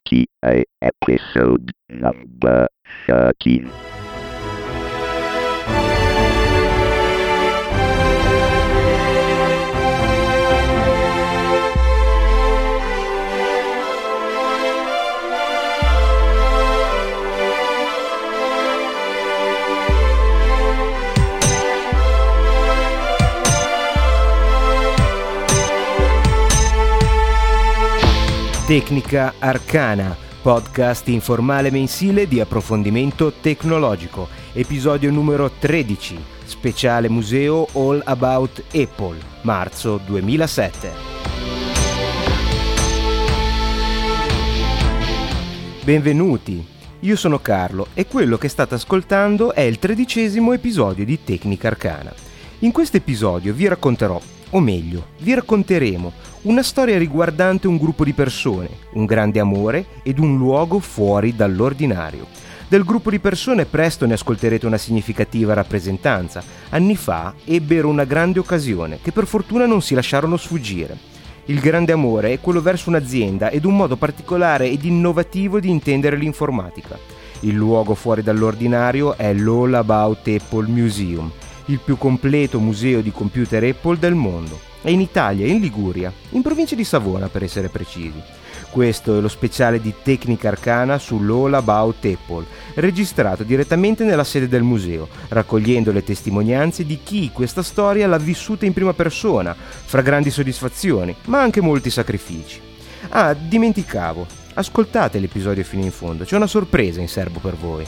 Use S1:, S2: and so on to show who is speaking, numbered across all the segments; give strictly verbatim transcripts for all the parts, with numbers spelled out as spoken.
S1: T A episode number thirteen.
S2: Tecnica Arcana, podcast informale mensile di approfondimento tecnologico, episodio numero tredici, speciale museo All About Apple, marzo duemilasette. Benvenuti, io sono Carlo e quello che state ascoltando è il tredicesimo episodio di Tecnica Arcana. In questo episodio vi racconterò, o meglio, vi racconteremo una storia riguardante un gruppo di persone, un grande amore ed un luogo fuori dall'ordinario. Del gruppo di persone presto ne ascolterete una significativa rappresentanza. Anni fa ebbero una grande occasione che per fortuna non si lasciarono sfuggire. Il grande amore è quello verso un'azienda ed un modo particolare ed innovativo di intendere l'informatica. Il luogo fuori dall'ordinario è l'All About Apple Museum, il più completo museo di computer Apple del mondo. È in Italia, in Liguria, in provincia di Savona per essere precisi. Questo è lo speciale di Tecnica Arcana sull'All About Apple, registrato direttamente nella sede del museo, raccogliendo le testimonianze di chi questa storia l'ha vissuta in prima persona, fra grandi soddisfazioni, ma anche molti sacrifici. Ah, dimenticavo, ascoltate l'episodio fino in fondo, c'è una sorpresa in serbo per voi.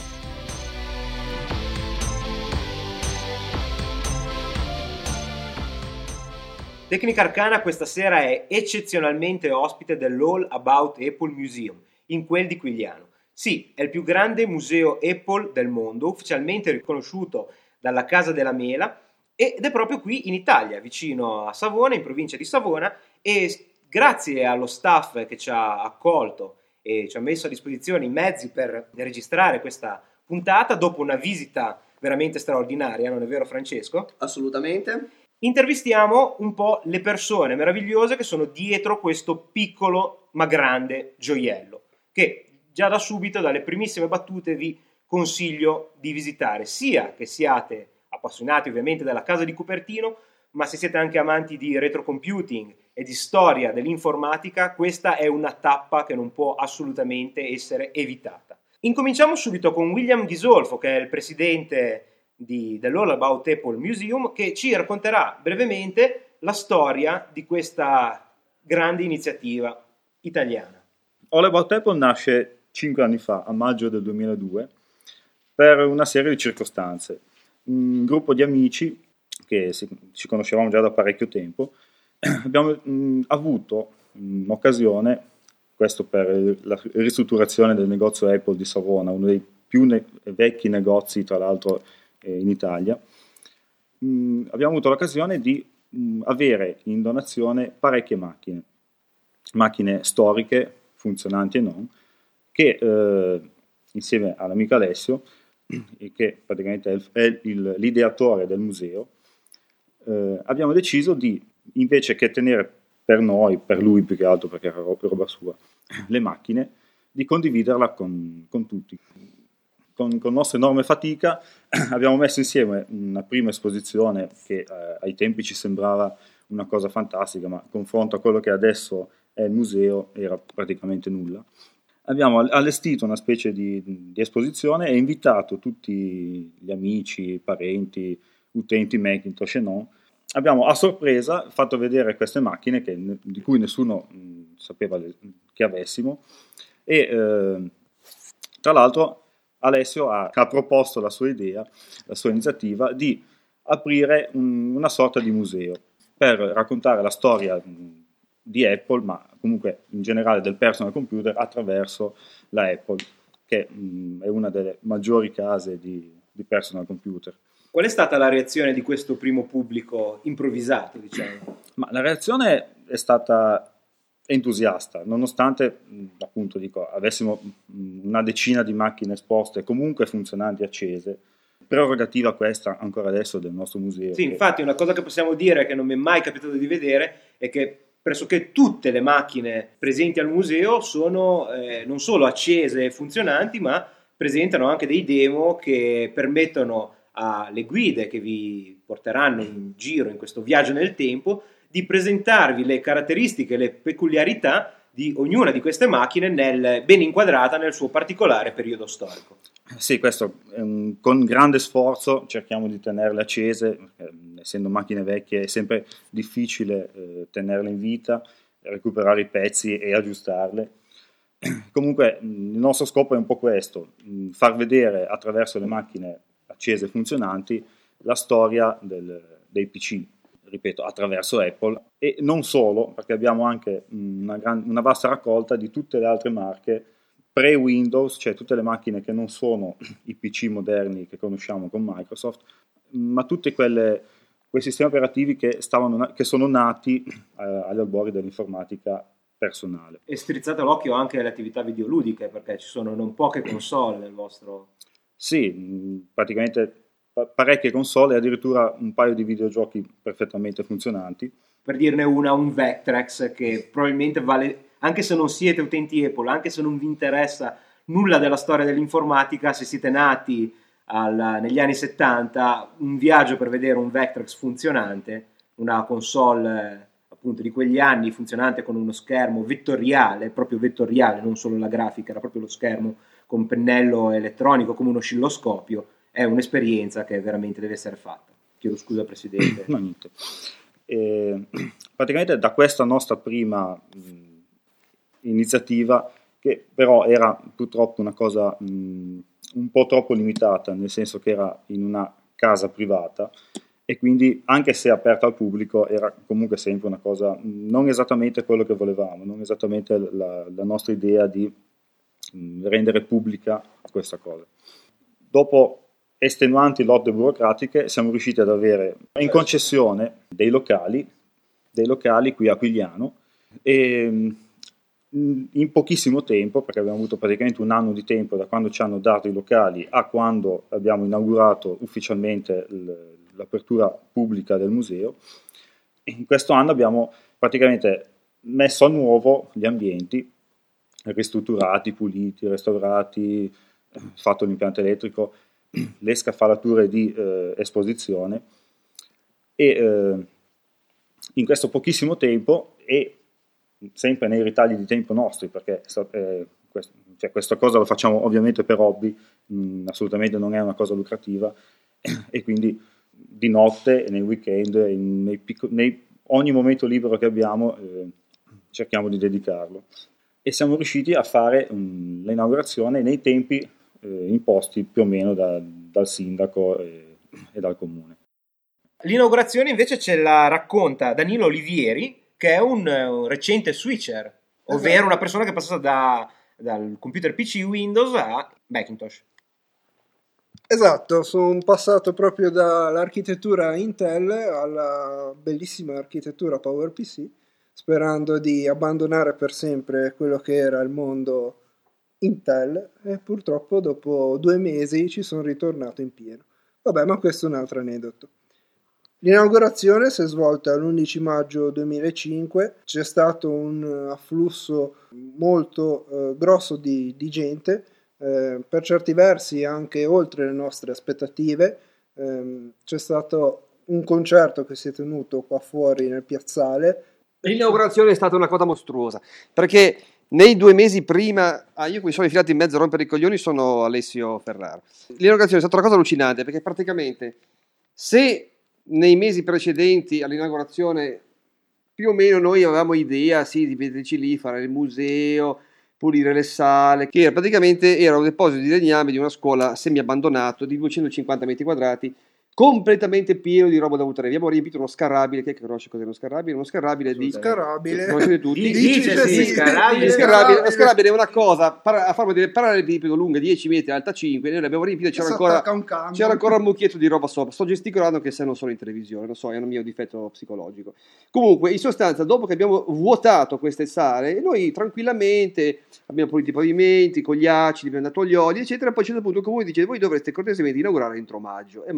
S2: Tecnica Arcana questa sera è eccezionalmente ospite dell'All About Apple Museum, in quel di Quigliano. Sì, è il più grande museo Apple del mondo, ufficialmente riconosciuto dalla Casa della Mela, ed è proprio qui in Italia, vicino a Savona, in provincia di Savona, e grazie allo staff che ci ha accolto e ci ha messo a disposizione i mezzi per registrare questa puntata, dopo una visita veramente straordinaria, non è vero Francesco?
S3: Assolutamente.
S2: Intervistiamo un po' le persone meravigliose che sono dietro questo piccolo ma grande gioiello, che già da subito, dalle primissime battute, vi consiglio di visitare, sia che siate appassionati ovviamente della casa di Cupertino, ma se siete anche amanti di retrocomputing e di storia dell'informatica, questa è una tappa che non può assolutamente essere evitata. Incominciamo subito con William Ghisolfo, che è il presidente Di, dell'All About Apple Museum, che ci racconterà brevemente la storia di questa grande iniziativa italiana.
S4: All About Apple nasce cinque anni fa, a maggio del duemiladue, per una serie di circostanze. Un gruppo di amici che si, ci conoscevamo già da parecchio tempo, abbiamo mh, avuto un'occasione, questo per la ristrutturazione del negozio Apple di Savona, uno dei più ne- vecchi negozi tra l'altro in Italia. Mm, abbiamo avuto l'occasione di mm, avere in donazione parecchie macchine, macchine storiche, funzionanti e non, che eh, insieme all'amico Alessio, che praticamente è, il, è il, l'ideatore del museo, eh, abbiamo deciso di, invece che tenere per noi, per lui più che altro perché era roba sua, le macchine, di condividerla con, con tutti. Con, con nostra enorme fatica abbiamo messo insieme una prima esposizione che eh, ai tempi ci sembrava una cosa fantastica, ma confronto a quello che adesso è il museo era praticamente nulla. Abbiamo allestito una specie di, di esposizione e invitato tutti gli amici, parenti, utenti Macintosh e non. Abbiamo a sorpresa fatto vedere queste macchine che, di cui nessuno mh, sapeva le, che avessimo e eh, tra l'altro Alessio ha, ha proposto la sua idea, la sua iniziativa di aprire un, una sorta di museo per raccontare la storia di Apple, ma comunque in generale del personal computer attraverso la Apple, che mh, è una delle maggiori case di, di personal computer.
S2: Qual è stata la reazione di questo primo pubblico improvvisato, diciamo?
S4: Ma la reazione è stata entusiasta, nonostante appunto dico avessimo una decina di macchine esposte comunque funzionanti, accese, prerogativa questa ancora adesso del nostro museo.
S2: Sì, infatti una cosa che possiamo dire che non mi è mai capitato di vedere è che pressoché tutte le macchine presenti al museo sono eh, non solo accese e funzionanti, ma presentano anche dei demo che permettono alle guide che vi porteranno in giro in questo viaggio nel tempo di presentarvi le caratteristiche e le peculiarità di ognuna di queste macchine nel, ben inquadrata nel suo particolare periodo storico.
S4: Sì, questo um, con grande sforzo cerchiamo di tenerle accese, perché, essendo macchine vecchie è sempre difficile eh, tenerle in vita, recuperare i pezzi e aggiustarle. Comunque il nostro scopo è un po' questo, far vedere attraverso le macchine accese e funzionanti la storia del, dei P C, ripeto, attraverso Apple, e non solo, perché abbiamo anche una, gran, una vasta raccolta di tutte le altre marche pre-Windows, cioè tutte le macchine che non sono i P C moderni che conosciamo con Microsoft, ma tutti quelle, quei sistemi operativi che, stavano, che sono nati eh, agli albori dell'informatica personale.
S2: E strizzate l'occhio anche alle attività videoludiche, perché ci sono non poche console nel vostro...
S4: Sì, praticamente parecchie console e addirittura un paio di videogiochi perfettamente funzionanti.
S2: Per dirne una, un Vectrex, che probabilmente vale, anche se non siete utenti Apple, anche se non vi interessa nulla della storia dell'informatica, se siete nati al, negli anni settanta, un viaggio per vedere un Vectrex funzionante, una console appunto di quegli anni funzionante con uno schermo vettoriale, proprio vettoriale, non solo la grafica, era proprio lo schermo con pennello elettronico come un oscilloscopio, è un'esperienza che veramente deve essere fatta. Chiedo scusa Presidente.
S4: No, niente. Eh, praticamente da questa nostra prima mh, iniziativa, che però era purtroppo una cosa mh, un po' troppo limitata, nel senso che era in una casa privata e quindi anche se aperta al pubblico era comunque sempre una cosa mh, non esattamente quello che volevamo, non esattamente la, la nostra idea di mh, rendere pubblica questa cosa. Dopo estenuanti lotte burocratiche siamo riusciti ad avere in concessione dei locali, dei locali qui a Quigliano e in pochissimo tempo, perché abbiamo avuto praticamente un anno di tempo da quando ci hanno dato i locali a quando abbiamo inaugurato ufficialmente l'apertura pubblica del museo, in questo anno abbiamo praticamente messo a nuovo gli ambienti, ristrutturati, puliti, restaurati, fatto l'impianto elettrico, le scaffalature di eh, esposizione e eh, in questo pochissimo tempo e sempre nei ritagli di tempo nostri, perché eh, questo, cioè, questa cosa lo facciamo ovviamente per hobby, mh, assolutamente non è una cosa lucrativa e quindi di notte e nei weekend in, nei picco, nei, ogni momento libero che abbiamo eh, cerchiamo di dedicarlo e siamo riusciti a fare um, l'inaugurazione nei tempi imposti più o meno da, dal sindaco e, e dal comune.
S2: L'inaugurazione invece ce la racconta Danilo Olivieri, che è un, un recente switcher, ovvero esatto. Una persona che è passata da, dal computer P C Windows a Macintosh.
S3: Esatto, sono passato proprio dall'architettura Intel alla bellissima architettura PowerPC, sperando di abbandonare per sempre quello che era il mondo Intel e purtroppo dopo due mesi ci sono ritornato in pieno. Vabbè, ma questo è un altro aneddoto. L'inaugurazione si è svolta l'undici maggio duemilacinque, c'è stato un afflusso molto eh, grosso di, di gente, eh, per certi versi anche oltre le nostre aspettative. Eh, c'è stato un concerto che si è tenuto qua fuori nel piazzale.
S5: L'inaugurazione è stata una cosa mostruosa, perché nei due mesi prima, ah, io qui sono infilato in mezzo a rompere i coglioni, sono Alessio Ferraro. L'inaugurazione è stata una cosa allucinante, perché praticamente se nei mesi precedenti all'inaugurazione più o meno noi avevamo idea, sì, di vederci lì, fare il museo, pulire le sale, che praticamente era un deposito di legname di una scuola semi-abbandonato di duecentocinquanta metri quadrati, completamente pieno di roba da buttare via. Abbiamo riempito uno scarrabile. Chi è che conosce cos'è uno scarrabile? Uno scarrabile di...
S3: Scarrabile.
S5: Conoscete tutti?
S2: Dice sì, scarrabile.
S5: Scarrabile. Lo scarrabile è una cosa para, a forma di parallelepipedo lunga dieci metri, alta cinque. Noi l'abbiamo riempito e c'era ancora, un c'era ancora un mucchietto di roba sopra. Sto gesticolando che se non sono in televisione, non so, è un mio difetto psicologico. Comunque, in sostanza, dopo che abbiamo vuotato queste sale, noi tranquillamente abbiamo pulito i pavimenti, con gli acidi, abbiamo dato gli oli, eccetera. Poi a un certo punto il comune dice: voi dovreste cortesemente inaugurare entro maggio. E mancavano due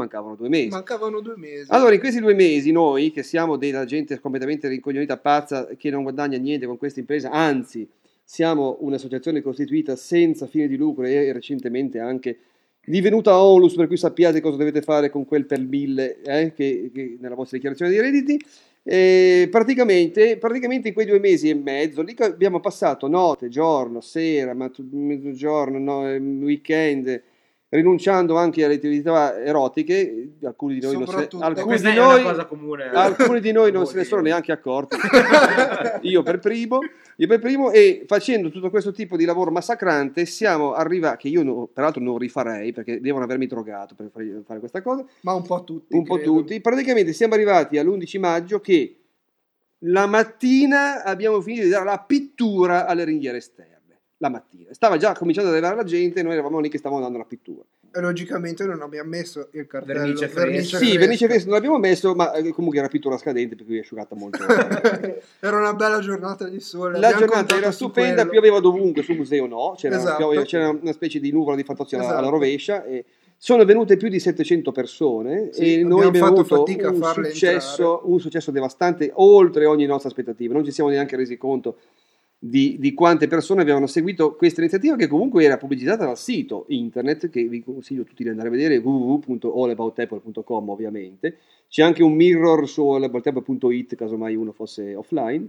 S5: due mesi.
S3: Mancavano due mesi.
S5: Allora, in questi due mesi noi, che siamo della gente completamente rincoglionita, pazza, che non guadagna niente con questa impresa, anzi, siamo un'associazione costituita senza fine di lucro e recentemente anche divenuta onlus, per cui sappiate cosa dovete fare con quel per mille eh, che, che nella vostra dichiarazione dei redditi. E praticamente, praticamente in quei due mesi e mezzo lì abbiamo passato notte, giorno, sera, mat- mezzogiorno, no, weekend, rinunciando anche alle attività erotiche. Alcuni di noi non se, alcuni
S2: questa
S5: di
S2: è
S5: noi,
S2: una cosa comune.
S5: alcuni di noi non se ne sono neanche accorti. io per primo io per primo e facendo tutto questo tipo di lavoro massacrante siamo arrivati, che io no, peraltro non rifarei perché devono avermi drogato per fare, fare questa cosa,
S3: ma un po' tutti
S5: un po'
S3: credo.
S5: tutti, praticamente siamo arrivati all'undici maggio che la mattina abbiamo finito di dare la pittura alle ringhiere esterne, la mattina stava già cominciando ad arrivare la gente e noi eravamo lì che stavamo dando la pittura.
S3: E logicamente non abbiamo messo il cartello
S2: Vernice fresca.
S3: vernice
S5: Sì,
S3: fresca.
S5: vernice fresca non l'abbiamo messo, ma eh, comunque era pittura scadente per cui è asciugata molto.
S3: Era una bella giornata di sole.
S5: La
S3: abbiamo
S5: giornata
S3: contato
S5: era
S3: su
S5: stupenda,
S3: quello.
S5: pioveva dovunque, sul museo no, c'era,
S3: Esatto.
S5: pioveva, c'era una specie di nuvola di fantozzi alla,
S3: Esatto.
S5: alla rovescia e sono venute più di settecento persone
S3: Sì,
S5: e noi
S3: abbiamo
S5: abbiamo
S3: fatto
S5: avuto
S3: fatica a
S5: un
S3: farle
S5: successo, un successo devastante oltre ogni nostra aspettativa, non ci siamo neanche resi conto Di, di quante persone avevano seguito questa iniziativa che comunque era pubblicizzata dal sito internet che vi consiglio tutti di andare a vedere, w w w punto all about apple punto com ovviamente, c'è anche un mirror su all about apple punto it casomai uno fosse offline.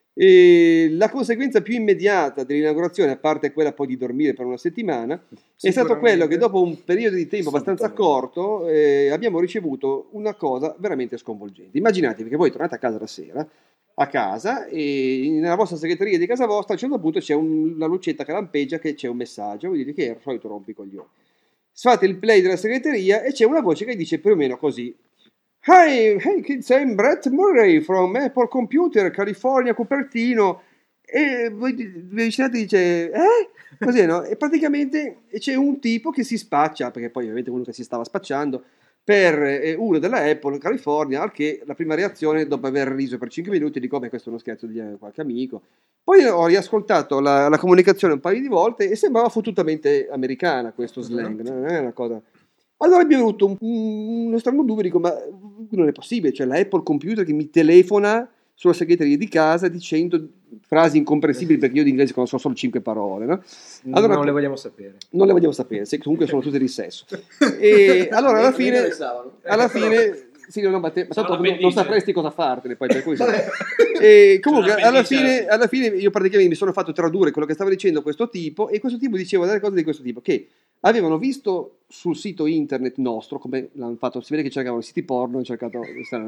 S5: E la conseguenza più immediata dell'inaugurazione, a parte quella poi di dormire per una settimana, è stato quello che dopo un periodo di tempo abbastanza corto eh, abbiamo ricevuto una cosa veramente sconvolgente. Immaginatevi che voi tornate a casa la sera a casa e nella vostra segreteria di casa vostra a un certo punto c'è un, una lucetta che lampeggia, che c'è un messaggio, vuol dire che è il solito rompicoglioni. Fate il play della segreteria e c'è una voce che dice più o meno così: Hi, hey kids, I'm Brett Murray from Apple Computer, California, Cupertino. E voi vi vicinate e dice eh? Così, no? E praticamente c'è un tipo che si spaccia, perché poi ovviamente uno che si stava spacciando per eh, uno della Apple California, al che la prima reazione, dopo aver riso per cinque minuti, dico, beh, questo è uno scherzo di eh, qualche amico. Poi ho riascoltato la, la comunicazione un paio di volte e sembrava fottutamente americana questo slang, no? Non è una cosa... Allora mi è venuto un, uno strano dubbio, dico, ma non è possibile, cioè la Apple Computer che mi telefona sulla segreteria di casa dicendo frasi incomprensibili, perché io di inglese conosco solo cinque parole, no? Allora,
S2: non le vogliamo sapere.
S5: Non le vogliamo sapere, se comunque sono tutte di sesso. E allora alla fine, alla fine, sì, no, ma, te, ma tanto non, non sapresti cosa fartene poi, per cui e comunque alla fine, alla fine io praticamente mi sono fatto tradurre quello che stava dicendo questo tipo, e questo tipo diceva delle cose di questo tipo, che avevano visto sul sito internet nostro, come l'hanno fatto, si vede che cercavano siti porno, hanno cercato,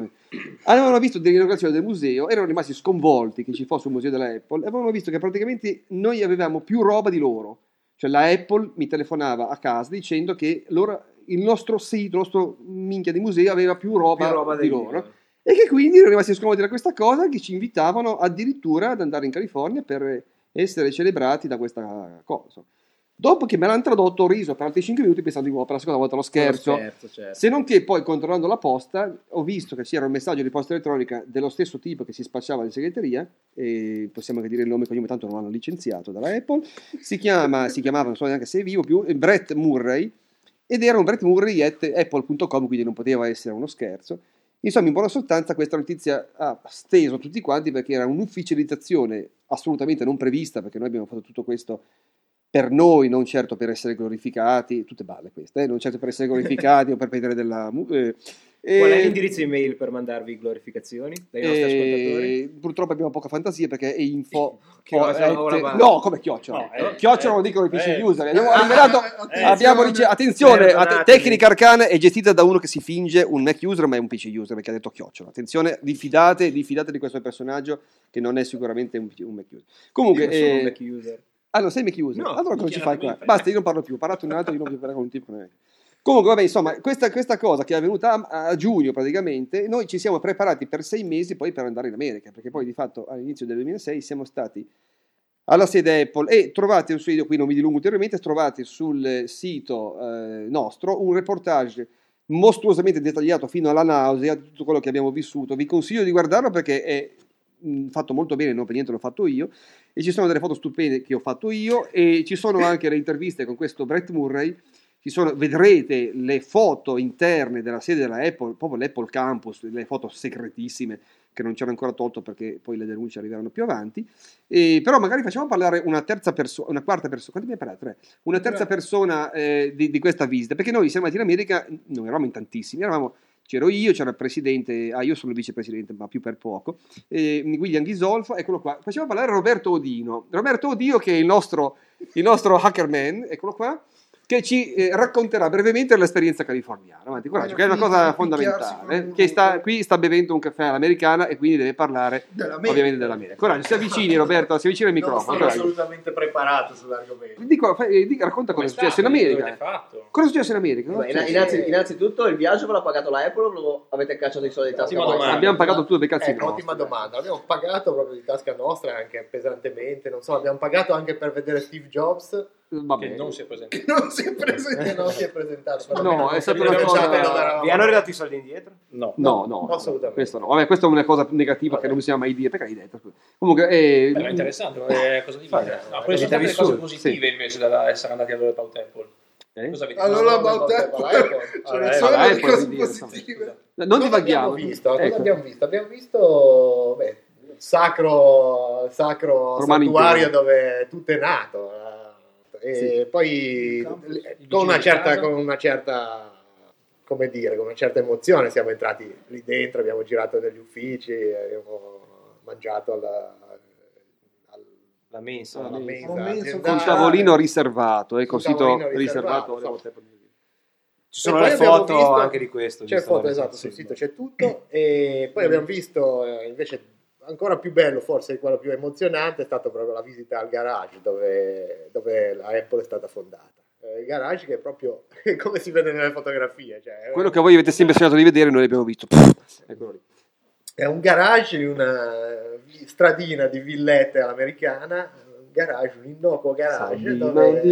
S5: avevano visto dell'inaugurazione del museo, erano rimasti sconvolti che ci fosse un museo della Apple, e avevano visto che praticamente noi avevamo più roba di loro, cioè la Apple mi telefonava a casa dicendo che loro, il nostro sito, il nostro minchia di museo aveva più roba,
S2: più roba
S5: di loro, loro, e che quindi erano rimasti sconvolti da questa cosa, che ci invitavano addirittura ad andare in California per essere celebrati da questa cosa. Dopo che me l'hanno tradotto ho riso per altri cinque minuti pensando di nuovo per la seconda volta lo scherzo,
S2: lo scherzo certo.
S5: Se non che poi controllando la posta ho visto che c'era un messaggio di posta elettronica dello stesso tipo che si spacciava in segreteria, e possiamo anche dire il nome e cognome, tanto non l'hanno licenziato dalla Apple, si chiama, si chiamava, non so neanche se è vivo più, Brett Murray, ed era un Brett Murray at apple punto com, quindi non poteva essere uno scherzo. Insomma, in buona sostanza questa notizia ha steso tutti quanti, perché era un'ufficializzazione assolutamente non prevista, perché noi abbiamo fatto tutto questo per noi, non certo per essere glorificati, tutte balle queste, eh? Non certo per essere glorificati o per vedere della... Eh,
S2: Qual è
S5: eh,
S2: l'indirizzo email per mandarvi glorificazioni dai nostri
S5: eh,
S2: ascoltatori?
S5: Purtroppo abbiamo poca fantasia, perché è info...
S2: Chiocciola,
S5: oh,
S2: eh,
S5: eh, no, come chiocciola?
S2: No, eh,
S5: chiocciola
S2: eh,
S5: lo dicono i P C
S2: eh,
S5: user. Abbiamo
S2: eh,
S5: rivelato...
S3: eh,
S5: abbiamo rice- attenzione,
S2: Perdonatemi.
S5: att- Tecnica Arcana è gestita da uno che si finge un Mac user, ma è un P C user, perché ha detto chiocciola. Attenzione, diffidate, diffidate di questo personaggio, che non è sicuramente un, un Mac user. Comunque...
S2: Io sono un
S5: eh,
S2: Mac user.
S5: Ah, non sei Mac user?
S2: No,
S5: allora cosa ci fai qua?
S2: chiaramente.
S5: Basta, io non parlo più, ho parlato un altro, io non più parlare con un tipo. Comunque, vabbè, insomma, questa, questa cosa che è avvenuta a, a giugno praticamente, noi ci siamo preparati per sei mesi poi per andare in America, perché poi di fatto all'inizio del duemilasei siamo stati alla sede Apple, e trovate, io qui non mi dilungo ulteriormente, trovate sul sito eh, nostro un reportage mostruosamente dettagliato fino alla nausea di tutto quello che abbiamo vissuto. Vi consiglio di guardarlo perché è mh, fatto molto bene, non per niente l'ho fatto io, e ci sono delle foto stupende che ho fatto io, e ci sono anche le interviste con questo Brett Murray ci sono, vedrete le foto interne della sede della Apple, proprio l'Apple Campus, le foto segretissime che non ci hanno ancora tolto perché poi le denunce arriveranno più avanti. E, però magari facciamo parlare una terza persona, una quarta persona, quanti mi hai parlato? Tre? Una terza persona eh, di, di questa visita, perché noi siamo andati in America, non eravamo in tantissimi, eravamo, c'ero io, c'era il presidente, ah io sono il vicepresidente ma più per poco, eh, William Ghisolfo, eccolo qua. Facciamo parlare Roberto Odino, Roberto Odino che è il nostro, il nostro hackerman, eccolo qua, che ci eh, racconterà brevemente l'esperienza californiana. Avanti, coraggio, che è una cosa fondamentale. Che sta, qui sta bevendo un caffè all'americana e quindi deve parlare dell'America. Ovviamente dell'America. Coraggio, si avvicini Roberto, si avvicina al microfono.
S6: Non sono assolutamente preparato sull'argomento.
S5: Dico, fai, dico, racconta cosa è successo in America. Cosa è successo in America?
S7: Beh, innanzi, innanzitutto il viaggio ve l'ha pagato la Apple o lo avete cacciato i soldi di tasca vostra?
S5: Abbiamo pagato tutto dei cazzi
S6: eh,
S5: nostri.
S6: Ottima domanda. Abbiamo pagato proprio di tasca nostra anche pesantemente. Non so, abbiamo pagato anche per vedere Steve Jobs.
S5: Vabbè.
S8: Che non si è presentato.
S6: Non si è presentato, non si è presentato.
S5: No, è stata una cosa...
S2: Vi hanno ridato i soldi indietro?
S4: No,
S5: no, no,
S6: no assolutamente.
S5: Questo no. Vabbè, questa è una cosa negativa Vabbè. che non bisogna mai dire. Perché hai detto? Comunque, eh...
S8: Però è interessante, eh, cosa ti fate? No, quelle sono state le cose positive sì. invece da essere andati all'About Apple.
S5: Eh?
S8: Cosa avete
S3: allora l'About Apple, cioè sono le cose positive.
S5: Non divaghiamo.
S6: Cosa abbiamo visto? Abbiamo visto beh, il sacro, sacro santuario dove tutto è nato. E sì. poi con una certa, con una certa come dire, con una certa emozione siamo entrati lì dentro, abbiamo girato negli uffici, abbiamo mangiato alla, al,
S2: la mensa,
S6: alla mensa,
S3: mensa
S5: con un tavolino riservato, eh, con sito riservato.
S6: riservato
S2: ci sono le foto visto, anche di questo.
S6: C'è foto, esatto, sul sito c'è tutto. E poi abbiamo visto invece ancora più bello, forse quello più emozionante, è stato proprio la visita al garage dove, dove la Apple è stata fondata. Il garage che è proprio come si vede nelle fotografie. Cioè,
S5: quello che voi avete sempre sognato di vedere noi l'abbiamo visto. Eccolo lì.
S6: È un garage in una stradina di villette all'americana, un garage, un innocuo garage. Dove...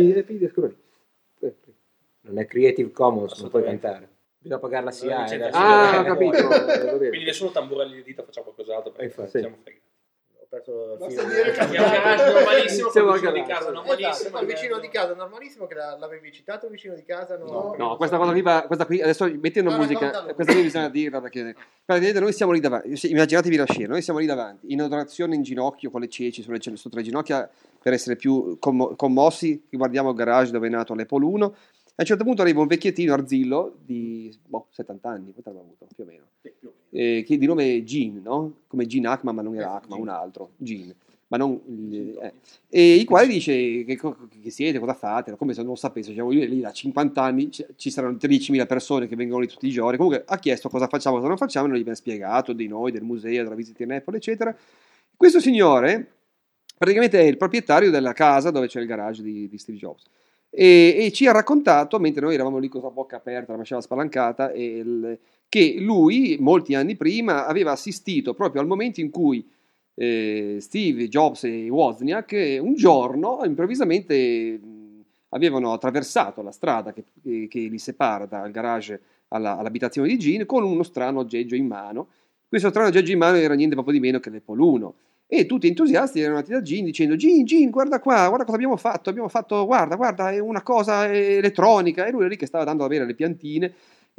S2: Non è Creative Commons, non puoi cantare. Bisogna pagare la C I A.
S5: Ah, ho capito.
S8: Quindi nessuno tamburelli di dita, facciamo qualcos'altro perché
S2: infatti,
S8: siamo fregati.
S6: Ho perso il
S8: filo. Abbiamo un garage normalissimo, con il vicino di casa normalissimo.
S6: Esatto, il vicino di casa normalissimo, che l'avevi citato il vicino di casa? No,
S5: no, no questa cosa qui, va, questa qui adesso mettendo no, musica, no, questa qui bisogna dirla perché, perché noi siamo lì davanti, immaginatevi la scena, noi siamo lì davanti, in adorazione in ginocchio con le ceci sulle, sotto le ginocchia per essere più commo- commossi, guardiamo il garage dove è nato l'Apple uno. A un certo punto arriva un vecchiettino arzillo di boh, settanta anni, quanto aveva avuto più o meno, eh, che di nome Gene, no? Come Gene Hackman, ma non era Hackman, un altro, Gene. Ma non, eh. E il quale dice che, che siete, cosa fate, come se non sapesse, cioè, io lì da cinquanta anni ci, ci saranno tredicimila persone che vengono lì tutti i giorni, comunque ha chiesto cosa facciamo, cosa non facciamo, e noi gli abbiamo spiegato di noi, del museo, della visita in Apple, eccetera. Questo signore praticamente è il proprietario della casa dove c'è il garage di, di Steve Jobs. E, e ci ha raccontato, mentre noi eravamo lì con la bocca aperta, la mascella spalancata, e il, che lui molti anni prima aveva assistito proprio al momento in cui eh, Steve Jobs e Wozniak eh, un giorno improvvisamente mh, avevano attraversato la strada che, che, che li separa dal garage alla, all'abitazione di Gene con uno strano aggeggio in mano. Questo strano aggeggio in mano era niente proprio di meno che l'Apple uno. E tutti entusiasti erano andati da Gene dicendo: Gene, Gene, guarda qua, guarda cosa abbiamo fatto, abbiamo fatto, guarda, guarda, è una cosa elettronica. E lui era lì che stava dando da bere le piantine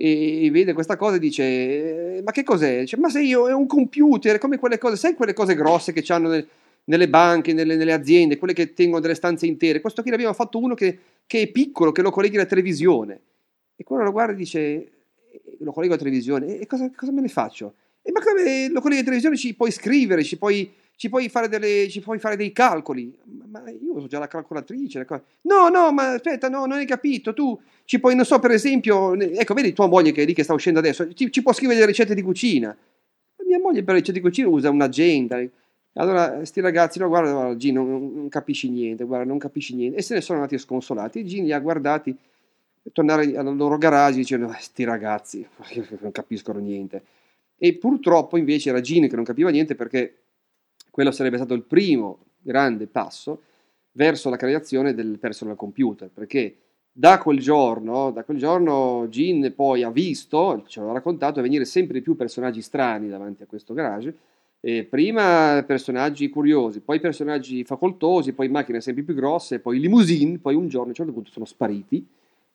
S5: e vede questa cosa e dice: ma che cos'è? Dice, ma se io, è un computer, come quelle cose, sai quelle cose grosse che hanno nel, nelle banche, nelle, nelle aziende, quelle che tengono delle stanze intere. Questo qui ne abbiamo fatto uno che, che è piccolo, che lo colleghi alla televisione. E quello lo guarda e dice: lo collego alla televisione, e cosa, cosa me ne faccio? E ma come lo colleghi alla televisione ci puoi scrivere, ci puoi... Ci puoi, fare delle, ci puoi fare dei calcoli, ma io uso già la calcolatrice. La no, no, ma aspetta, no, non hai capito. Tu ci puoi, non so, per esempio, ecco, vedi tua moglie che è lì che sta uscendo adesso, ci, ci può scrivere le ricette di cucina. La mia moglie per le ricette di cucina usa un'agenda. Allora, sti ragazzi, no, guarda, no, Gino, non, non capisci niente, guarda, non capisci niente. E se ne sono andati sconsolati. E Gino li ha guardati tornare al loro garage dicendo: sti ragazzi, non capiscono niente. E purtroppo invece era Gino che non capiva niente, perché quello sarebbe stato il primo grande passo verso la creazione del personal computer, perché da quel giorno, da quel giorno Gene poi ha visto, ce l'ha raccontato, venire sempre più personaggi strani davanti a questo garage, e prima personaggi curiosi, poi personaggi facoltosi, poi macchine sempre più grosse, poi limousine, poi un giorno a un certo punto sono spariti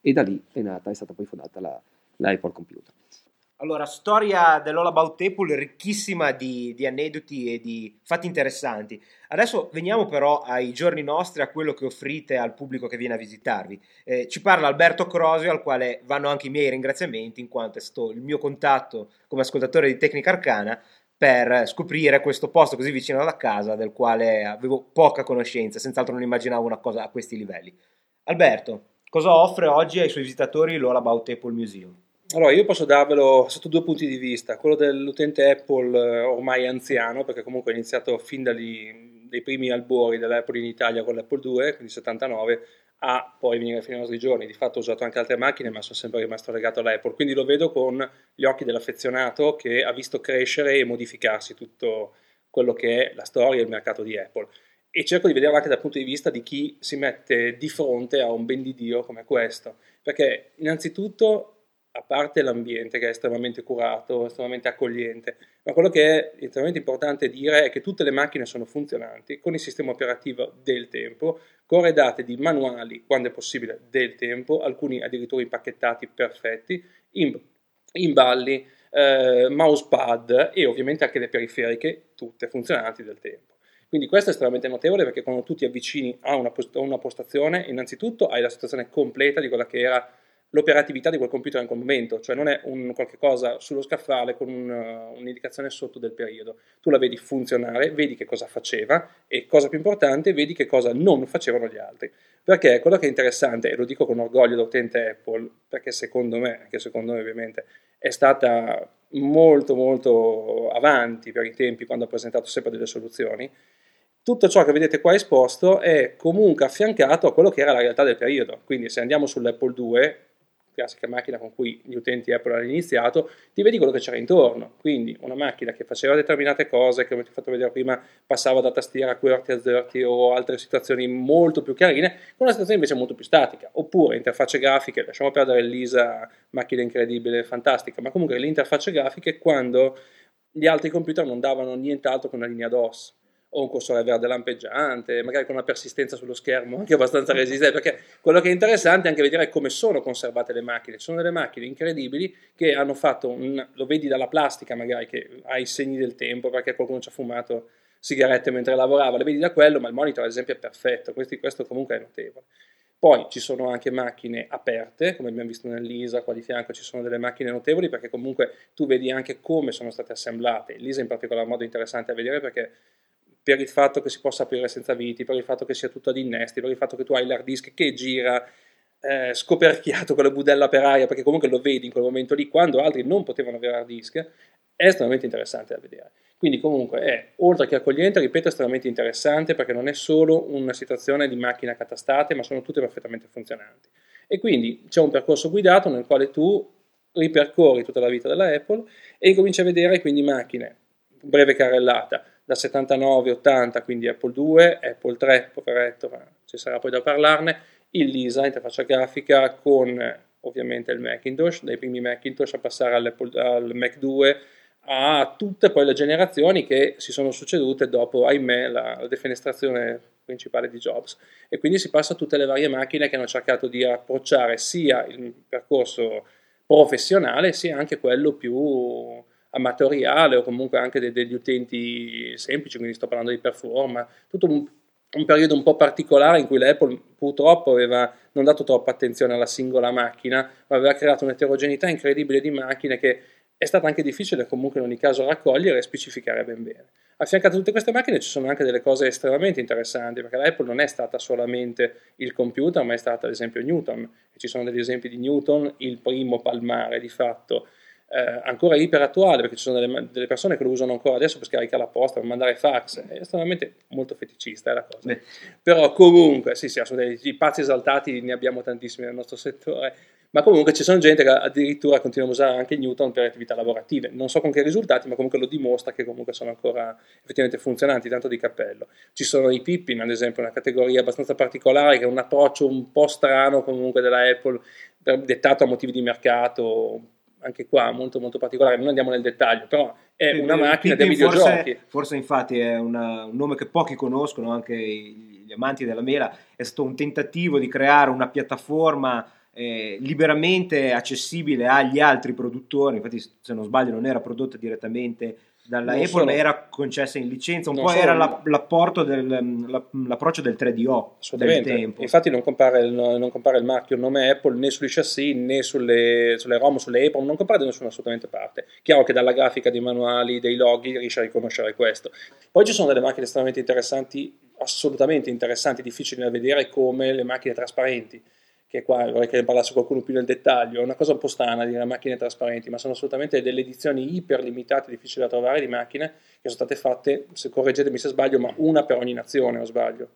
S5: e da lì è nata, è stata poi fondata la, la Apple Computer.
S2: Allora, storia dell'All About Apple ricchissima di, di aneddoti e di fatti interessanti. Adesso veniamo però ai giorni nostri, a quello che offrite al pubblico che viene a visitarvi. Eh, ci parla Alberto Crosio, al quale vanno anche i miei ringraziamenti, in quanto è stato il mio contatto come ascoltatore di Tecnica Arcana per scoprire questo posto così vicino alla casa, del quale avevo poca conoscenza, senz'altro non immaginavo una cosa a questi livelli. Alberto, cosa offre oggi ai suoi visitatori l'All About Apple Museum?
S8: Allora, io posso darvelo sotto due punti di vista. Quello dell'utente Apple eh, ormai anziano, perché comunque è iniziato fin dagli, dai primi albori dell'Apple in Italia con l'Apple due, quindi settantanove, a poi venire fino ai nostri giorni. Di fatto ho usato anche altre macchine, ma sono sempre rimasto legato all'Apple, quindi lo vedo con gli occhi dell'affezionato che ha visto crescere e modificarsi tutto quello che è la storia e il mercato di Apple. E cerco di vederlo anche dal punto di vista di chi si mette di fronte a un ben di Dio come questo, perché innanzitutto, a parte l'ambiente che è estremamente curato, estremamente accogliente, ma quello che è estremamente importante dire è che tutte le macchine sono funzionanti, con il sistema operativo del tempo, corredate di manuali, quando è possibile, del tempo, alcuni addirittura impacchettati perfetti, in, in balli, eh, mousepad e ovviamente anche le periferiche, tutte funzionanti del tempo. Quindi questo è estremamente notevole, perché quando tu ti avvicini a una, post- a una postazione, innanzitutto hai la situazione completa di quella che era l'operatività di quel computer in quel momento, cioè non è un qualche cosa sullo scaffale con un, uh, un'indicazione sotto del periodo. Tu la vedi funzionare, vedi che cosa faceva e, cosa più importante, vedi che cosa non facevano gli altri. Perché quello che è interessante, e lo dico con orgoglio da utente Apple, perché secondo me, anche secondo me ovviamente, è stata molto molto avanti per i tempi quando ha presentato sempre delle soluzioni, tutto ciò che vedete qua esposto è comunque affiancato a quello che era la realtà del periodo. Quindi se andiamo sull'Apple due, classica macchina con cui gli utenti Apple hanno iniziato, ti vedi quello che c'era intorno. Quindi una macchina che faceva determinate cose, che come ti ho fatto vedere prima, passava da tastiera a QWERTY a ZWERTY o altre situazioni molto più carine, con una situazione invece molto più statica. Oppure interfacce grafiche, lasciamo perdere l'Isa, macchina incredibile, fantastica, ma comunque le interfacce grafiche quando gli altri computer non davano nient'altro che una linea DOS, o un cursore verde lampeggiante, magari con una persistenza sullo schermo anche abbastanza resistente, perché quello che è interessante è anche vedere come sono conservate le macchine. Ci sono delle macchine incredibili che hanno fatto, un, lo vedi dalla plastica magari che ha i segni del tempo perché qualcuno ci ha fumato sigarette mentre lavorava, le vedi da quello, ma il monitor ad esempio è perfetto, Questi, questo comunque è notevole. Poi ci sono anche macchine aperte, come abbiamo visto nell'Isa, qua di fianco ci sono delle macchine notevoli perché comunque tu vedi anche come sono state assemblate. L'Isa in particolar modo è interessante a vedere perché per il fatto che si possa aprire senza viti, per il fatto che sia tutto ad innesti, per il fatto che tu hai l'hard disk che gira eh, scoperchiato con la budella per aria, perché comunque lo vedi in quel momento lì, quando altri non potevano avere hard disk, è estremamente interessante da vedere. Quindi comunque è, oltre che accogliente, ripeto, estremamente interessante, perché non è solo una situazione di macchine accatastate, ma sono tutte perfettamente funzionanti. E quindi c'è un percorso guidato nel quale tu ripercorri tutta la vita della Apple e incominci a vedere quindi macchine, breve carrellata, da settantanove ottanta, quindi Apple due, Apple tre, poveretto, ma ci sarà poi da parlarne, il Lisa, interfaccia grafica con ovviamente il Macintosh, dai primi Macintosh a passare al Mac due, a tutte poi le generazioni che si sono succedute dopo, ahimè, la, la defenestrazione principale di Jobs. E quindi si passa a tutte le varie macchine che hanno cercato di approcciare sia il percorso professionale, sia anche quello più amatoriale o comunque anche de- degli utenti semplici, quindi sto parlando di Performa, tutto un, un periodo un po' particolare in cui l'Apple purtroppo aveva non dato troppa attenzione alla singola macchina, ma aveva creato un'eterogeneità incredibile di macchine che è stata anche difficile comunque in ogni caso raccogliere e specificare ben bene. Affiancato a tutte queste macchine ci sono anche delle cose estremamente interessanti, perché l'Apple non è stata solamente il computer, ma è stata ad esempio Newton, e ci sono degli esempi di Newton, il primo palmare di fatto, Eh, ancora iperattuale, perché ci sono delle, delle persone che lo usano ancora adesso per scaricare la posta, per mandare fax, è estremamente molto feticista è la cosa. Beh. Però comunque sì, sì, assolutamente, i pazzi esaltati ne abbiamo tantissimi nel nostro settore, ma comunque ci sono gente che addirittura continua a usare anche Newton per attività lavorative, non so con che risultati, ma comunque lo dimostra che comunque sono ancora effettivamente funzionanti, tanto di cappello. Ci sono i Pippin, ad esempio, una categoria abbastanza particolare che è un approccio un po' strano comunque della Apple, dettato a motivi di mercato, anche qua molto molto particolare, non andiamo nel dettaglio, però è sì, una macchina dei videogiochi.
S2: Forse, forse infatti è una, un nome che pochi conoscono, anche gli amanti della mela, è stato un tentativo di creare una piattaforma eh, liberamente accessibile agli altri produttori. Infatti, se non sbaglio, non era prodotta direttamente dalla
S8: Non
S2: Apple,
S8: solo-
S2: ma era concessa in licenza. Un
S8: non
S2: po'
S8: solo-
S2: era la- l'apporto del, la- l'approccio del tre D O del
S8: Assolutamente.
S2: tempo.
S8: Infatti non compare, il, non compare il marchio, il nome Apple né sui chassis né sulle, sulle ROM, sulle Apple, non compare da nessuna assolutamente parte. Chiaro che dalla grafica dei manuali, dei loghi riesce a riconoscere questo. Poi ci sono delle macchine estremamente interessanti, assolutamente interessanti, difficili da vedere, come le macchine trasparenti, che qua vorrei che ne parlasse qualcuno più nel dettaglio. È una cosa un po' strana dire macchine trasparenti, ma sono assolutamente delle edizioni iper limitate, difficili da trovare, di macchine che sono state fatte, se correggetemi se sbaglio, ma una per ogni nazione, o sbaglio.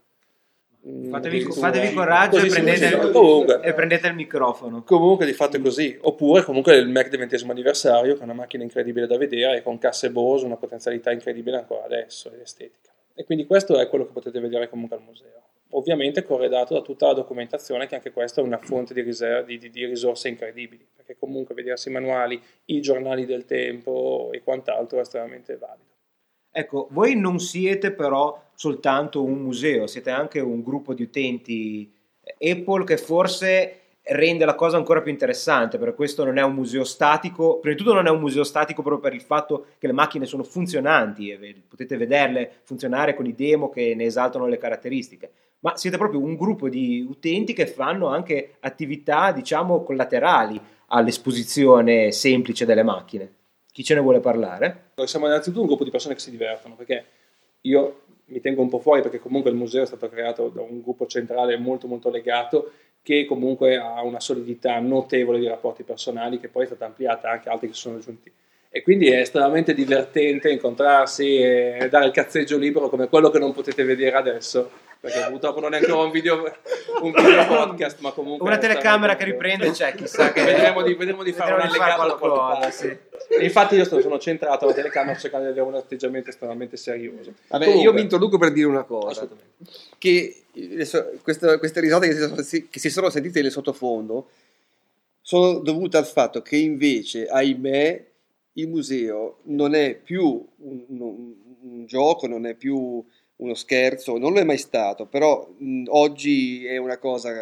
S8: Mm,
S2: Fatevi,
S8: addirittura.
S2: fatevi coraggio e
S8: Così si
S2: prendete,
S8: dice. Comunque,
S2: e prendete il microfono.
S8: comunque di fatto è così. Oppure comunque il Mac del ventesimo anniversario, che è una macchina incredibile da vedere, con casse Bose, una potenzialità incredibile ancora adesso, ed estetica. E quindi questo è quello che potete vedere comunque al museo. Ovviamente corredato da tutta la documentazione, che anche questa è una fonte di, riser- di, di, di risorse incredibili, perché comunque vedersi i manuali, i giornali del tempo e quant'altro è estremamente valido.
S2: Ecco, voi non siete però soltanto un museo, siete anche un gruppo di utenti Apple che forse rende la cosa ancora più interessante, perché questo non è un museo statico. Prima di tutto non è un museo statico proprio per il fatto che le macchine sono funzionanti e ve- potete vederle funzionare con i demo che ne esaltano le caratteristiche, ma siete proprio un gruppo di utenti che fanno anche attività, diciamo, collaterali all'esposizione semplice delle macchine. Chi ce ne vuole parlare?
S8: Siamo innanzitutto un gruppo di persone che si divertono, perché io mi tengo un po' fuori, perché comunque il museo è stato creato da un gruppo centrale molto molto legato, che comunque ha una solidità notevole di rapporti personali, che poi è stata ampliata anche a altri che sono aggiunti. E quindi è estremamente divertente incontrarsi e dare il cazzeggio libero, come quello che non potete vedere adesso, perché purtroppo non è ancora un video, un video podcast, ma comunque
S2: Una telecamera che riprende c'è, chissà che
S8: vedremo di, vedremo di fare un
S2: vedremo di fare
S8: allegato da qualche
S2: qualcosa,
S8: parte.
S2: sì.
S8: E infatti io sto- sono centrato alla telecamera cercando di avere un atteggiamento estremamente serioso.
S5: Vabbè,
S8: Comunque-
S5: io mi introduco per dire una cosa,
S8: Assolutamente.
S5: che adesso, questo- queste risate che si, sono, che si sono sentite nel sottofondo sono dovute al fatto che invece, ahimè, il museo non è più un, un- un gioco, non è più uno scherzo, non lo è mai stato, però mh, oggi è una cosa,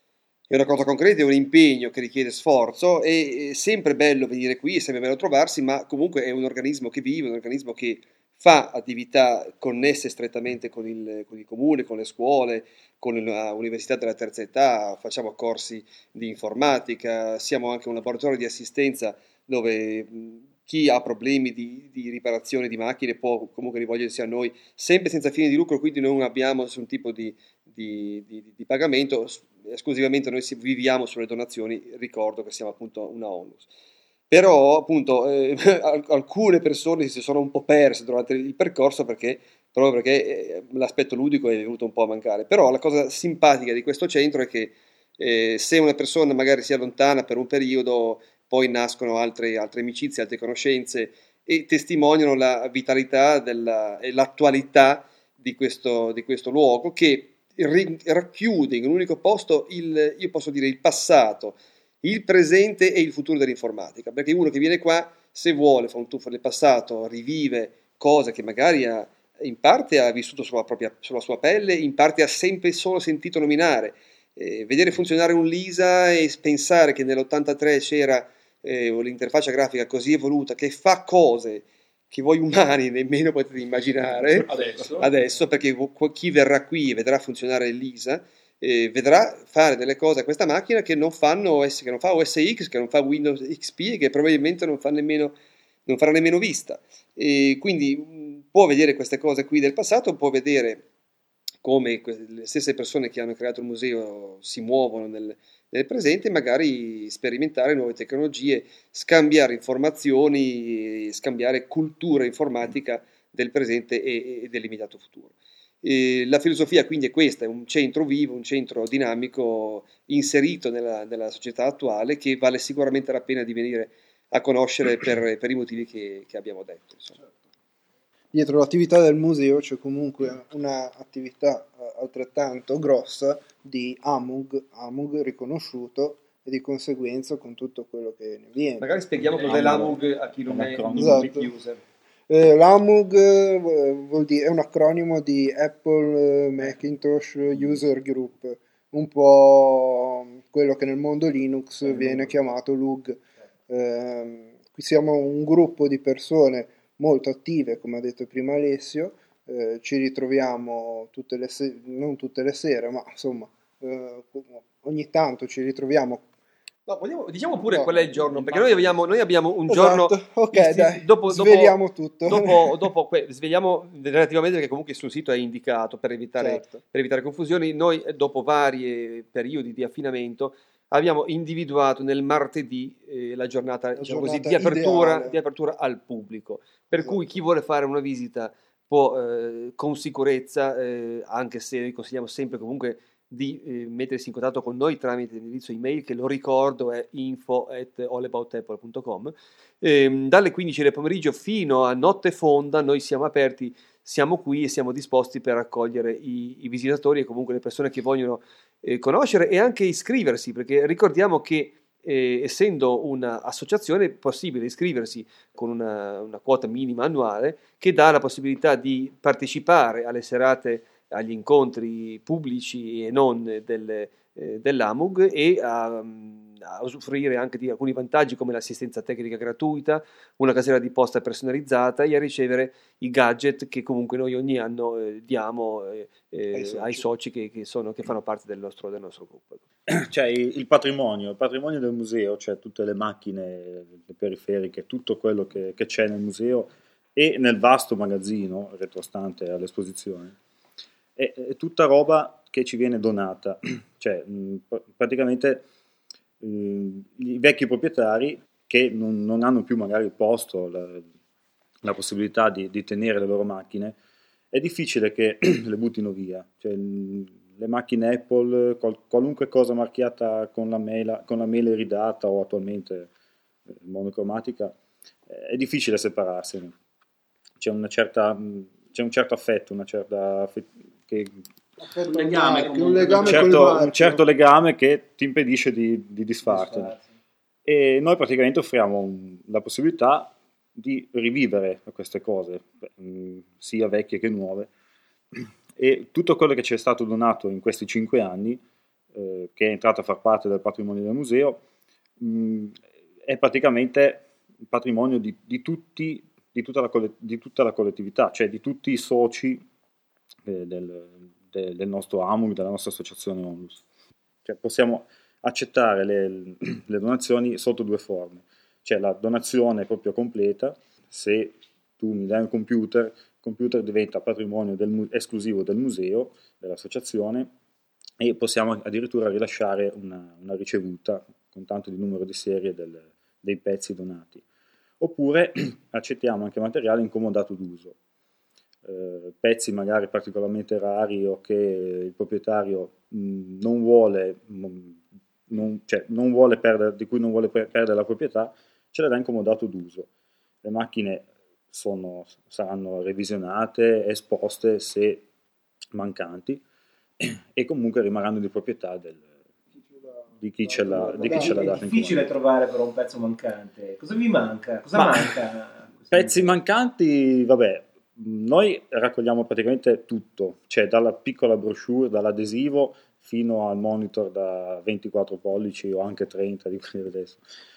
S5: è una cosa concreta, è un impegno che richiede sforzo, e è sempre bello venire qui, è sempre bello trovarsi, ma comunque è un organismo che vive, un organismo che fa attività connesse strettamente con il, con il comune, con le scuole, con l'università della terza età, facciamo corsi di informatica, siamo anche un laboratorio di assistenza dove mh, chi ha problemi di, di riparazione di macchine può comunque rivolgersi a noi, sempre senza fine di lucro, quindi non abbiamo nessun tipo di, di, di, di pagamento, esclusivamente noi si- viviamo sulle donazioni, ricordo che siamo appunto una onlus. Però appunto eh, al- alcune persone si sono un po' perse durante il percorso, perché, proprio perché eh, l'aspetto ludico è venuto un po' a mancare. Però la cosa simpatica di questo centro è che eh, se una persona magari si allontana per un periodo, poi nascono altre, altre amicizie, altre conoscenze, e testimoniano la vitalità della, e l'attualità di questo, di questo luogo, che ri- racchiude in un unico posto il, io posso dire, il passato, il presente e il futuro dell'informatica, perché uno che viene qua, se vuole, fa un tuffo nel passato, rivive cose che magari ha, in parte ha vissuto sulla, propria, sulla sua pelle, in parte ha sempre solo sentito nominare. Eh, vedere funzionare un Lisa e pensare che nell'ottantatré c'era eh, l'interfaccia grafica così evoluta che fa cose che voi umani nemmeno potete immaginare
S8: Adesso.
S5: adesso, perché chi verrà qui e vedrà funzionare il Lisa eh, vedrà fare delle cose a questa macchina che non fanno O S, che non fa O S X, che non fa Windows X P, e che probabilmente non fa nemmeno non farà nemmeno vista, e quindi mh, può vedere queste cose qui del passato, può vedere come que- le stesse persone che hanno creato il museo si muovono nel, nel presente, e magari sperimentare nuove tecnologie, scambiare informazioni, scambiare cultura informatica del presente e, e dell'immediato futuro. E la filosofia quindi è questa, è un centro vivo, un centro dinamico inserito nella, nella società attuale, che vale sicuramente la pena di venire a conoscere per, per i motivi che, che abbiamo detto. Insomma.
S3: Dietro l'attività del museo c'è comunque un'attività eh, altrettanto grossa di Amug, Amug riconosciuto, e di conseguenza con tutto quello che ne viene.
S5: Magari spieghiamo cos'è l'Amug a chi non è un
S3: Esatto.
S5: user.
S3: Eh, L'Amug eh, vuol dire, è un acronimo di Apple eh, Macintosh User Group, un po' quello che nel mondo Linux viene chiamato L U G. Eh, qui siamo un gruppo di persone molto attive, come ha detto prima Alessio, eh, ci ritroviamo tutte le se- non tutte le sere, ma insomma eh, ogni tanto ci ritroviamo.
S5: No, vogliamo, diciamo pure
S3: No.
S5: qual è il giorno, perché noi abbiamo, noi abbiamo un giorno...
S3: Esatto. Ok,
S5: isti-
S3: dai,
S5: dopo,
S3: sveliamo tutto.
S5: Dopo, dopo que- sveliamo relativamente, perché comunque sul sito è indicato per evitare,
S3: Certo.
S5: per evitare confusioni. Noi, eh, dopo vari periodi di affinamento, abbiamo individuato nel martedì eh, la giornata,
S3: La
S5: diciamo
S3: giornata
S5: così, di apertura,
S3: ideale.
S5: di apertura al pubblico. Per
S3: Esatto.
S5: cui chi vuole fare una visita può eh, con sicurezza, eh, anche se noi consigliamo sempre comunque di eh, mettersi in contatto con noi tramite l'indirizzo email, che lo ricordo è info at allaboutapple punto com. Ehm, dalle quindici del pomeriggio fino a notte fonda noi siamo aperti, siamo qui e siamo disposti per accogliere i, i visitatori e comunque le persone che vogliono eh, conoscere e anche iscriversi, perché ricordiamo che eh, essendo un'associazione è possibile iscriversi con una, una quota minima annuale che dà la possibilità di partecipare alle serate, agli incontri pubblici e non del, eh, dell'A M U G e a, a usufruire anche di alcuni vantaggi come l'assistenza tecnica gratuita, una casella di posta personalizzata e a ricevere i gadget che comunque noi ogni anno eh, diamo eh, eh,
S3: Ai soci.
S5: ai soci che, che, sono, che fanno parte del nostro, del nostro gruppo.
S4: Cioè il patrimonio, il patrimonio del museo, cioè tutte le macchine, le periferiche, tutto quello che, che c'è nel museo e nel vasto magazzino retrostante all'esposizione, è, è tutta roba che ci viene donata, cioè mh, praticamente mh, i vecchi proprietari che non, non hanno più magari il posto, la, la possibilità di, di tenere le loro macchine, è difficile che le buttino via, cioè, mh, le macchine Apple, qual, qualunque cosa marchiata con la mela, con la mela iridata o attualmente eh, monocromatica, eh, è difficile separarsene. C'è una certa, mh, c'è un certo affetto, una certa che,
S3: Affetto
S7: Un
S3: al
S7: legame,
S3: marchio,
S7: comunque.
S3: un legame
S4: un, certo,
S3: col marchio.
S4: un certo legame che ti impedisce di, di disfartene. E noi praticamente offriamo un, la possibilità di rivivere queste cose, mh, sia vecchie che nuove, e tutto quello che ci è stato donato in questi cinque anni, eh, che è entrato a far parte del patrimonio del museo, mh, è praticamente il patrimonio di, di, tutti, di, tutta la, di tutta la collettività, cioè di tutti i soci eh, del, de, del nostro A M U G, della nostra associazione Onlus. Cioè possiamo accettare le, le donazioni sotto due forme. C'è la donazione proprio completa, se tu mi dai un computer, il computer diventa patrimonio del, esclusivo del museo, dell'associazione, e possiamo addirittura rilasciare una, una ricevuta con tanto di numero di serie del, dei pezzi donati. Oppure accettiamo anche materiale incomodato d'uso, eh, pezzi magari particolarmente rari o che il proprietario mh, non vuole, mh, non, cioè, non vuole perdere, di cui non vuole perdere la proprietà, ce le dà incomodato d'uso. Le macchine sono, saranno revisionate, esposte se mancanti, e comunque rimarranno di proprietà del, di chi ce l'ha, di chi ce l'ha data.
S2: È difficile trovare però un pezzo mancante. Cosa vi manca? Cosa
S4: Ma
S2: manca?
S4: Pezzi mancanti, vabbè, noi raccogliamo praticamente tutto, cioè dalla piccola brochure, dall'adesivo fino al monitor da ventiquattro pollici o anche trenta di quelli adesso.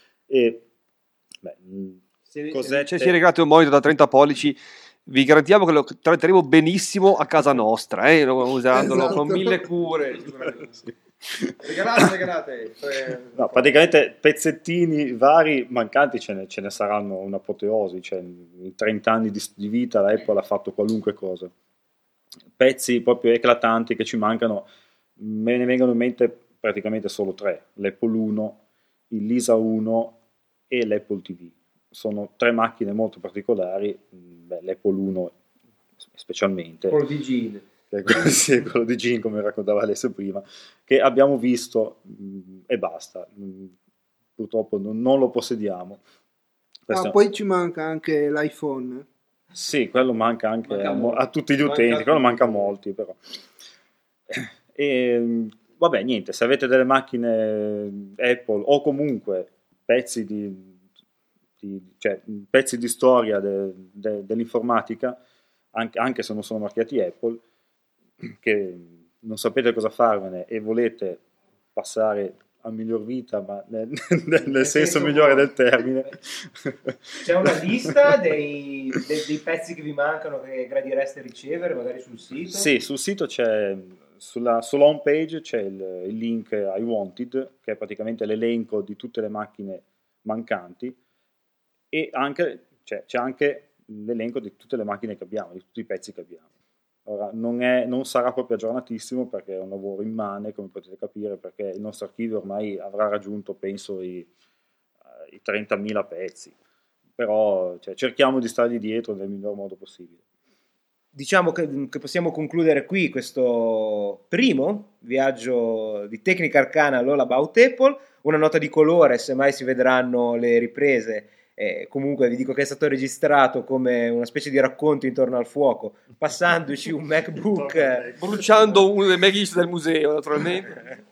S4: E beh,
S5: Se,
S4: cosette...
S5: se ci regalate un monitor da trenta pollici, vi garantiamo che lo tratteremo benissimo a casa nostra, eh, usandolo
S3: Esatto.
S5: con mille cure. Regalate, regalate.
S4: No, praticamente pezzettini vari mancanti ce ne, ce ne saranno un'apoteosi, cioè in trenta anni di, di vita la Apple ha fatto qualunque cosa. Pezzi proprio eclatanti che ci mancano, me ne vengono in mente praticamente solo tre: l'Apple uno, il Lisa uno e l'Apple ti vu. Sono tre macchine molto particolari, beh, l'Apple uno specialmente.
S2: Quello di Gene.
S4: Sì, quello di Gene, come raccontava Alessio prima, che abbiamo visto mh, e basta. Mh, purtroppo non, non lo possediamo. Questo
S3: Ah,
S4: è...
S3: poi ci manca anche l'iPhone.
S4: Sì, quello manca anche
S5: manca
S4: a,
S5: molto.
S4: a tutti gli utenti,
S5: Manca
S4: quello
S5: tutti.
S4: manca a molti però. E, vabbè, niente, se avete delle macchine Apple o comunque pezzi di, di, cioè, pezzi di storia de, de, dell'informatica, anche, anche se non sono marchiati Apple, che non sapete cosa farvene e volete passare a miglior vita, ma nel, nel, nel senso migliore del termine.
S2: C'è una lista dei, dei, dei pezzi che vi mancano che gradireste ricevere, magari sul sito?
S4: Sì, sul sito c'è, sulla, sulla home page c'è il, il link I Wanted, che è praticamente l'elenco di tutte le macchine mancanti, e anche, cioè, c'è anche l'elenco di tutte le macchine che abbiamo, di tutti i pezzi che abbiamo. Ora, non, è, non sarà proprio aggiornatissimo perché è un lavoro immane, come potete capire, perché il nostro archivio ormai avrà raggiunto, penso, i, i trentamila pezzi, però cioè, cerchiamo di stargli dietro nel miglior modo possibile.
S2: Diciamo che, che possiamo concludere qui questo primo viaggio di Tecnica Arcana all'All About Apple. Una nota di colore, se mai si vedranno le riprese. Eh, comunque vi dico che è stato registrato come una specie di racconto intorno al fuoco, passandoci un MacBook,
S5: bruciando uno dei Mac del museo, naturalmente.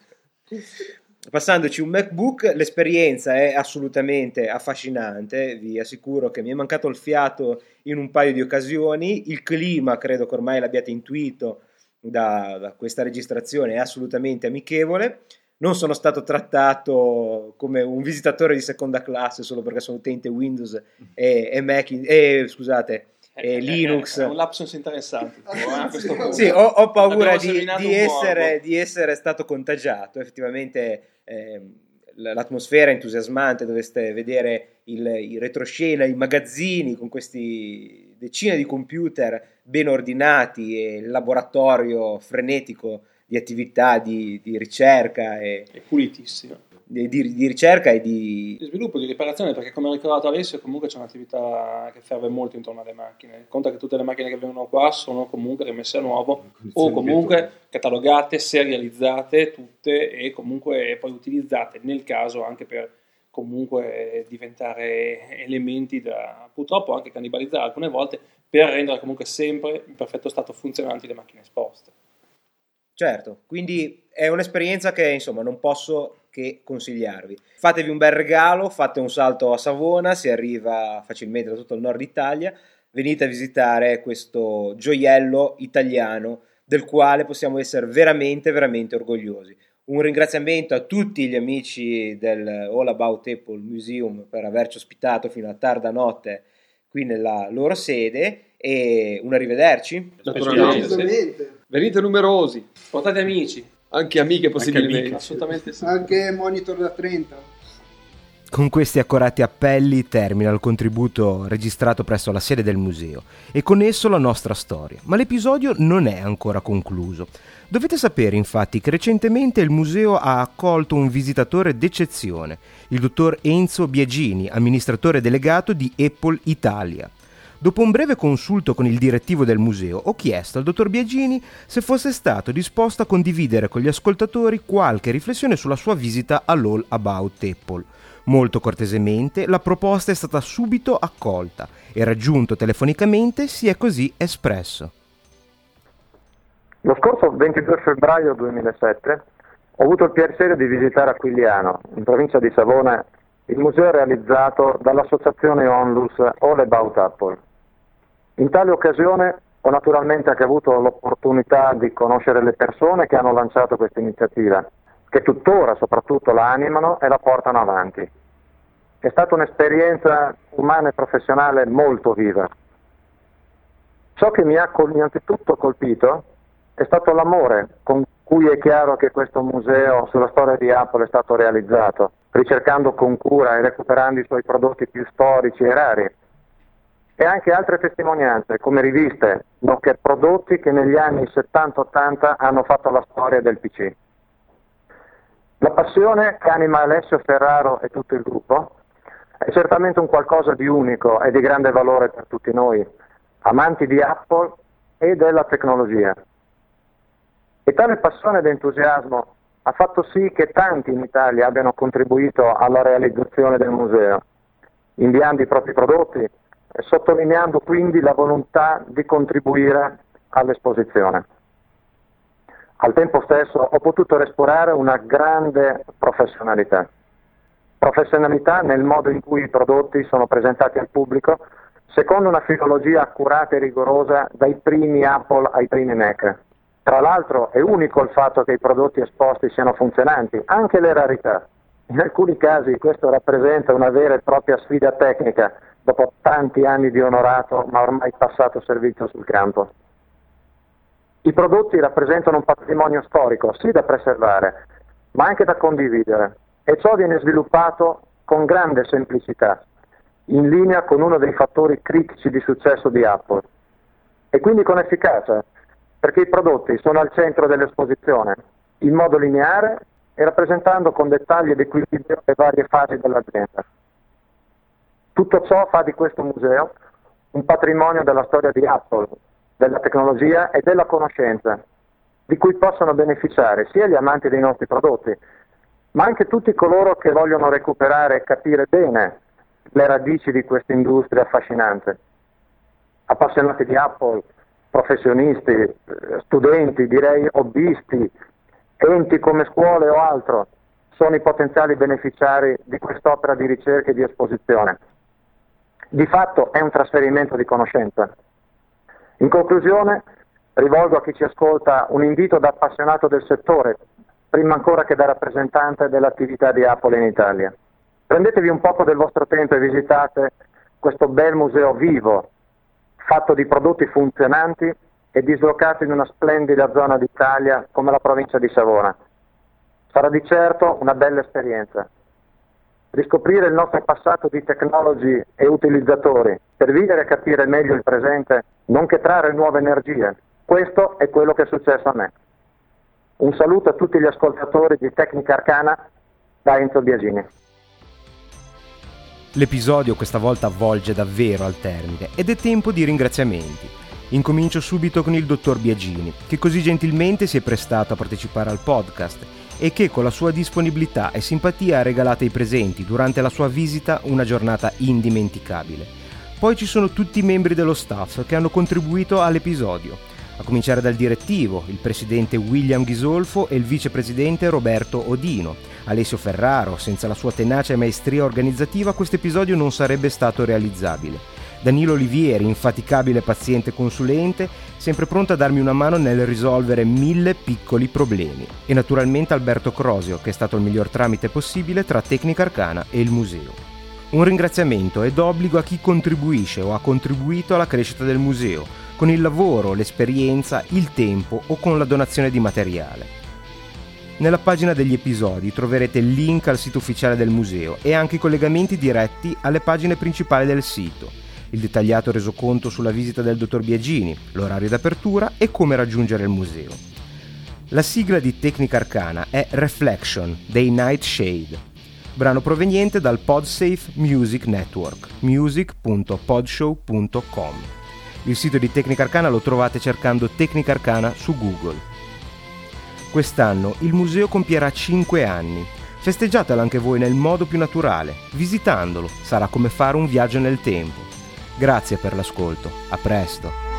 S2: Passandoci un MacBook. L'esperienza è assolutamente affascinante, vi assicuro che mi è mancato il fiato in un paio di occasioni. Il clima, credo che ormai l'abbiate intuito da, da questa registrazione, è assolutamente amichevole. Non sono stato trattato come un visitatore di seconda classe solo perché sono utente Windows e, e Mac, e, scusate, e
S8: è,
S2: Linux.
S8: È un lapsus interessante. A questo punto.
S2: Sì, ho, ho paura di, di, essere, di essere stato contagiato. Effettivamente eh, l'atmosfera entusiasmante, dovreste vedere il, il retroscena, i magazzini con questi decine di computer ben ordinati e il laboratorio frenetico di attività di, di ricerca e,
S8: è pulitissimo
S2: di, di, di ricerca e di...
S8: di sviluppo, di riparazione, perché come ha ricordato Alessio comunque c'è un'attività che ferve molto intorno alle macchine. Conta che tutte le macchine che vengono qua sono comunque rimesse a nuovo o comunque catalogate, serializzate tutte e comunque poi utilizzate nel caso anche per comunque diventare elementi da purtroppo anche cannibalizzare alcune volte, per rendere comunque sempre in perfetto stato funzionanti le macchine esposte.
S2: Certo, quindi è un'esperienza che insomma non posso che consigliarvi. Fatevi un bel regalo, fate un salto a Savona, si arriva facilmente da tutto il nord Italia, venite a visitare questo gioiello italiano del quale possiamo essere veramente veramente orgogliosi. Un ringraziamento a tutti gli amici del All About Apple Museum per averci ospitato fino a tarda notte qui nella loro sede e un arrivederci.
S5: Naturalmente. Venite numerosi,
S8: portate amici,
S5: anche amiche possibilmente.
S8: Anche amiche. Assolutamente sì.
S3: Anche monitor da trenta.
S2: Con questi accorati appelli termina il contributo registrato presso la sede del museo e con esso la nostra storia, ma l'episodio non è ancora concluso. Dovete sapere infatti che recentemente il museo ha accolto un visitatore d'eccezione, il dottor Enzo Biagini, amministratore delegato di Apple Italia. Dopo un breve consulto con il direttivo del museo, ho chiesto al dottor Biagini se fosse stato disposto a condividere con gli ascoltatori qualche riflessione sulla sua visita all'All About Apple. Molto cortesemente la proposta è stata subito accolta e raggiunto telefonicamente si è così espresso.
S9: Lo scorso ventidue febbraio duemilasette ho avuto il piacere di visitare a Quigliano, in provincia di Savona, il museo realizzato dall'associazione Onlus All About Apple. In tale occasione ho naturalmente anche avuto l'opportunità di conoscere le persone che hanno lanciato questa iniziativa, che tuttora soprattutto la animano e la portano avanti. È stata un'esperienza umana e professionale molto viva. Ciò che mi ha innanzitutto colpito è stato l'amore con cui è chiaro che questo museo sulla storia di Apple è stato realizzato, ricercando con cura e recuperando i suoi prodotti più storici e rari, e anche altre testimonianze come riviste, nonché prodotti che negli anni settanta ottanta hanno fatto la storia del P C. La passione che anima Alessio Ferraro e tutto il gruppo è certamente un qualcosa di unico e di grande valore per tutti noi, amanti di Apple e della tecnologia. E tale passione ed entusiasmo ha fatto sì che tanti in Italia abbiano contribuito alla realizzazione del museo, inviando i propri prodotti e sottolineando quindi la volontà di contribuire all'esposizione. Al tempo stesso ho potuto respirare una grande professionalità. Professionalità nel modo in cui i prodotti sono presentati al pubblico, secondo una filologia accurata e rigorosa dai primi Apple ai primi Mac, Tra l'altro è unico il fatto che i prodotti esposti siano funzionanti, anche le rarità. In alcuni casi questo rappresenta una vera e propria sfida tecnica, dopo tanti anni di onorato ma ormai passato servizio sul campo. I prodotti rappresentano un patrimonio storico, sì da preservare, ma anche da condividere, e ciò viene sviluppato con grande semplicità, in linea con uno dei fattori critici di successo di Apple, e quindi con efficacia, perché i prodotti sono al centro dell'esposizione, in modo lineare e rappresentando con dettagli ed equilibrio le varie fasi dell'azienda. Tutto ciò fa di questo museo un patrimonio della storia di Apple, della tecnologia e della conoscenza, di cui possono beneficiare sia gli amanti dei nostri prodotti, ma anche tutti coloro che vogliono recuperare e capire bene le radici di questa industria affascinante. Appassionati di Apple, professionisti, studenti, direi hobbisti, enti come scuole o altro, sono i potenziali beneficiari di quest'opera di ricerca e di esposizione. Di fatto è un trasferimento di conoscenza. In conclusione, rivolgo a chi ci ascolta un invito da appassionato del settore, prima ancora che da rappresentante dell'attività di Apple in Italia. Prendetevi un poco del vostro tempo e visitate questo bel museo vivo, fatto di prodotti funzionanti e dislocato in una splendida zona d'Italia come la provincia di Savona. Sarà di certo una bella esperienza. Riscoprire il nostro passato di technology e utilizzatori per vivere e capire meglio il presente, nonché trarre nuove energie. Questo è quello che è successo a me. Un saluto a tutti gli ascoltatori di Tecnica Arcana da Enzo Biagini.
S2: L'episodio questa volta volge davvero al termine ed è tempo di ringraziamenti. Incomincio subito con il dottor Biagini, che così gentilmente si è prestato a partecipare al podcast e che con la sua disponibilità e simpatia ha regalato ai presenti durante la sua visita una giornata indimenticabile. Poi ci sono tutti i membri dello staff che hanno contribuito all'episodio, a cominciare dal direttivo, il presidente William Ghisolfo e il vicepresidente Roberto Odino, Alessio Ferraro. Senza la sua tenacia e maestria organizzativa questo episodio non sarebbe stato realizzabile. Danilo Olivieri, infaticabile paziente consulente, sempre pronto a darmi una mano nel risolvere mille piccoli problemi. E naturalmente Alberto Crosio, che è stato il miglior tramite possibile tra Tecnica Arcana e il museo. Un ringraziamento è d'obbligo a chi contribuisce o ha contribuito alla crescita del museo, con il lavoro, l'esperienza, il tempo o con la donazione di materiale. Nella pagina degli episodi troverete il link al sito ufficiale del museo e anche i collegamenti diretti alle pagine principali del sito, il dettagliato resoconto sulla visita del dottor Biagini, l'orario d'apertura e come raggiungere il museo. La sigla di Tecnica Arcana è Reflection dei Nightshade, brano proveniente dal PodSafe Music Network, music punto podshow punto com. Il sito di Tecnica Arcana lo trovate cercando Tecnica Arcana su Google. Quest'anno il museo compierà cinque anni. Festeggiatelo anche voi nel modo più naturale, visitandolo. Sarà come fare un viaggio nel tempo. Grazie per l'ascolto. A presto.